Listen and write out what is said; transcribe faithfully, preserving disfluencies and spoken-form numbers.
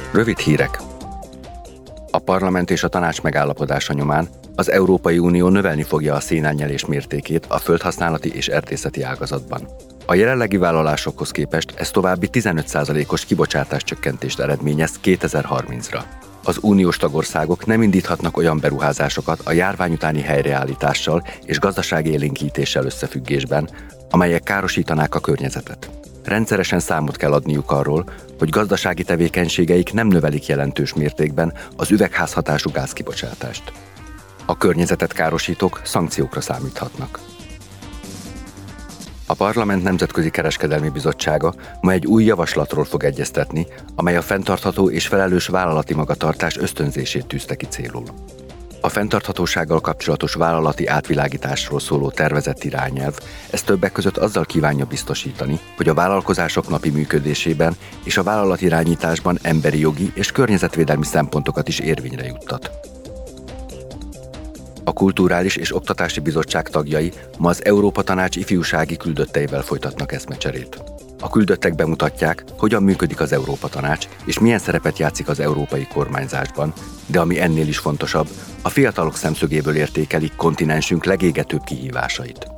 Rövid hírek. A parlament és a tanács megállapodása nyomán az Európai Unió növelni fogja a szénelnyelés mértékét a földhasználati és erdészeti ágazatban. A jelenlegi vállalásokhoz képest ez további tizenöt százalékos kibocsátáscsökkentést eredményez kétezer-harmincra. Az uniós tagországok nem indíthatnak olyan beruházásokat a járvány utáni helyreállítással és gazdasági élénkítéssel összefüggésben, amelyek károsítanák a környezetet. Rendszeresen számot kell adniuk arról, hogy gazdasági tevékenységeik nem növelik jelentős mértékben az üvegházhatású gázkibocsátást. A környezetet károsítók szankciókra számíthatnak. A Parlament Nemzetközi Kereskedelmi Bizottsága ma egy új javaslatról fog egyeztetni, amely a fenntartható és felelős vállalati magatartás ösztönzését tűzte ki célul. A fenntarthatósággal kapcsolatos vállalati átvilágításról szóló tervezett irányelv ezt többek között azzal kívánja biztosítani, hogy a vállalkozások napi működésében és a vállalatirányításban emberi jogi és környezetvédelmi szempontokat is érvényre juttat. A Kulturális és Oktatási Bizottság tagjai ma az Európa Tanács ifjúsági küldötteivel folytatnak eszmecserét. A küldöttek bemutatják, hogyan működik az Európa Tanács, és milyen szerepet játszik az európai kormányzásban, de ami ennél is fontosabb, a fiatalok szemszögéből értékelik kontinensünk legégetőbb kihívásait.